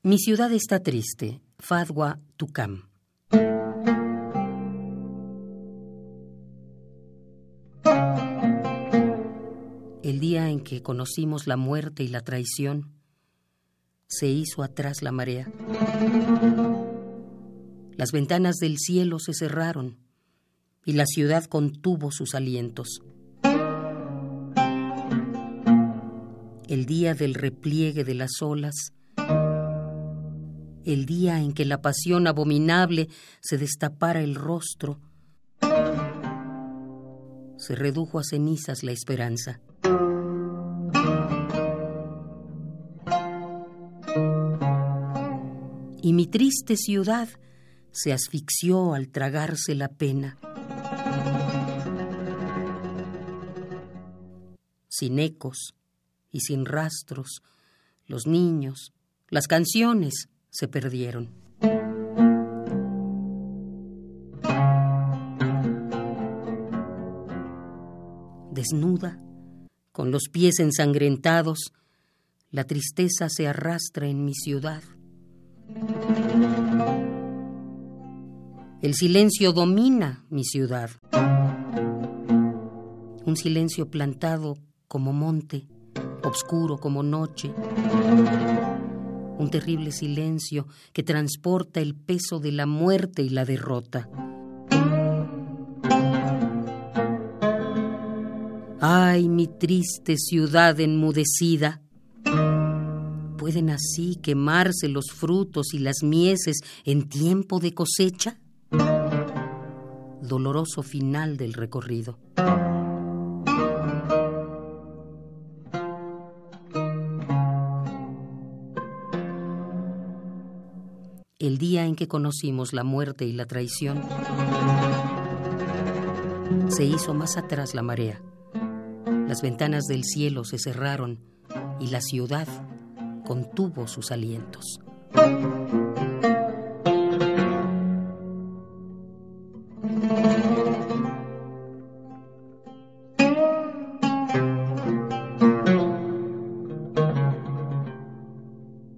Mi ciudad está triste. Fadwa Tucán. El día en que conocimos la muerte y la traición, se hizo atrás la marea. Las ventanas del cielo se cerraron y la ciudad contuvo sus alientos. El día del repliegue de las olas, el día en que la pasión abominable se destapara el rostro, se redujo a cenizas la esperanza. Y mi triste ciudad se asfixió al tragarse la pena. Sin ecos y sin rastros, los niños, las canciones se perdieron. Desnuda, con los pies ensangrentados, la tristeza se arrastra en mi ciudad. El silencio domina mi ciudad. Un silencio plantado como monte, obscuro como noche. Un terrible silencio que transporta el peso de la muerte y la derrota. ¡Ay, mi triste ciudad enmudecida! ¿Pueden así quemarse los frutos y las mieses en tiempo de cosecha? Doloroso final del recorrido. El día en que conocimos la muerte y la traición, se hizo más atrás la marea. Las ventanas del cielo se cerraron y la ciudad contuvo sus alientos.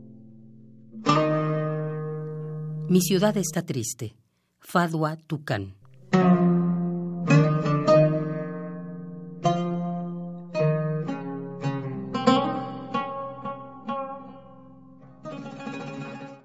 Mi ciudad está triste. Fadwa Tucán.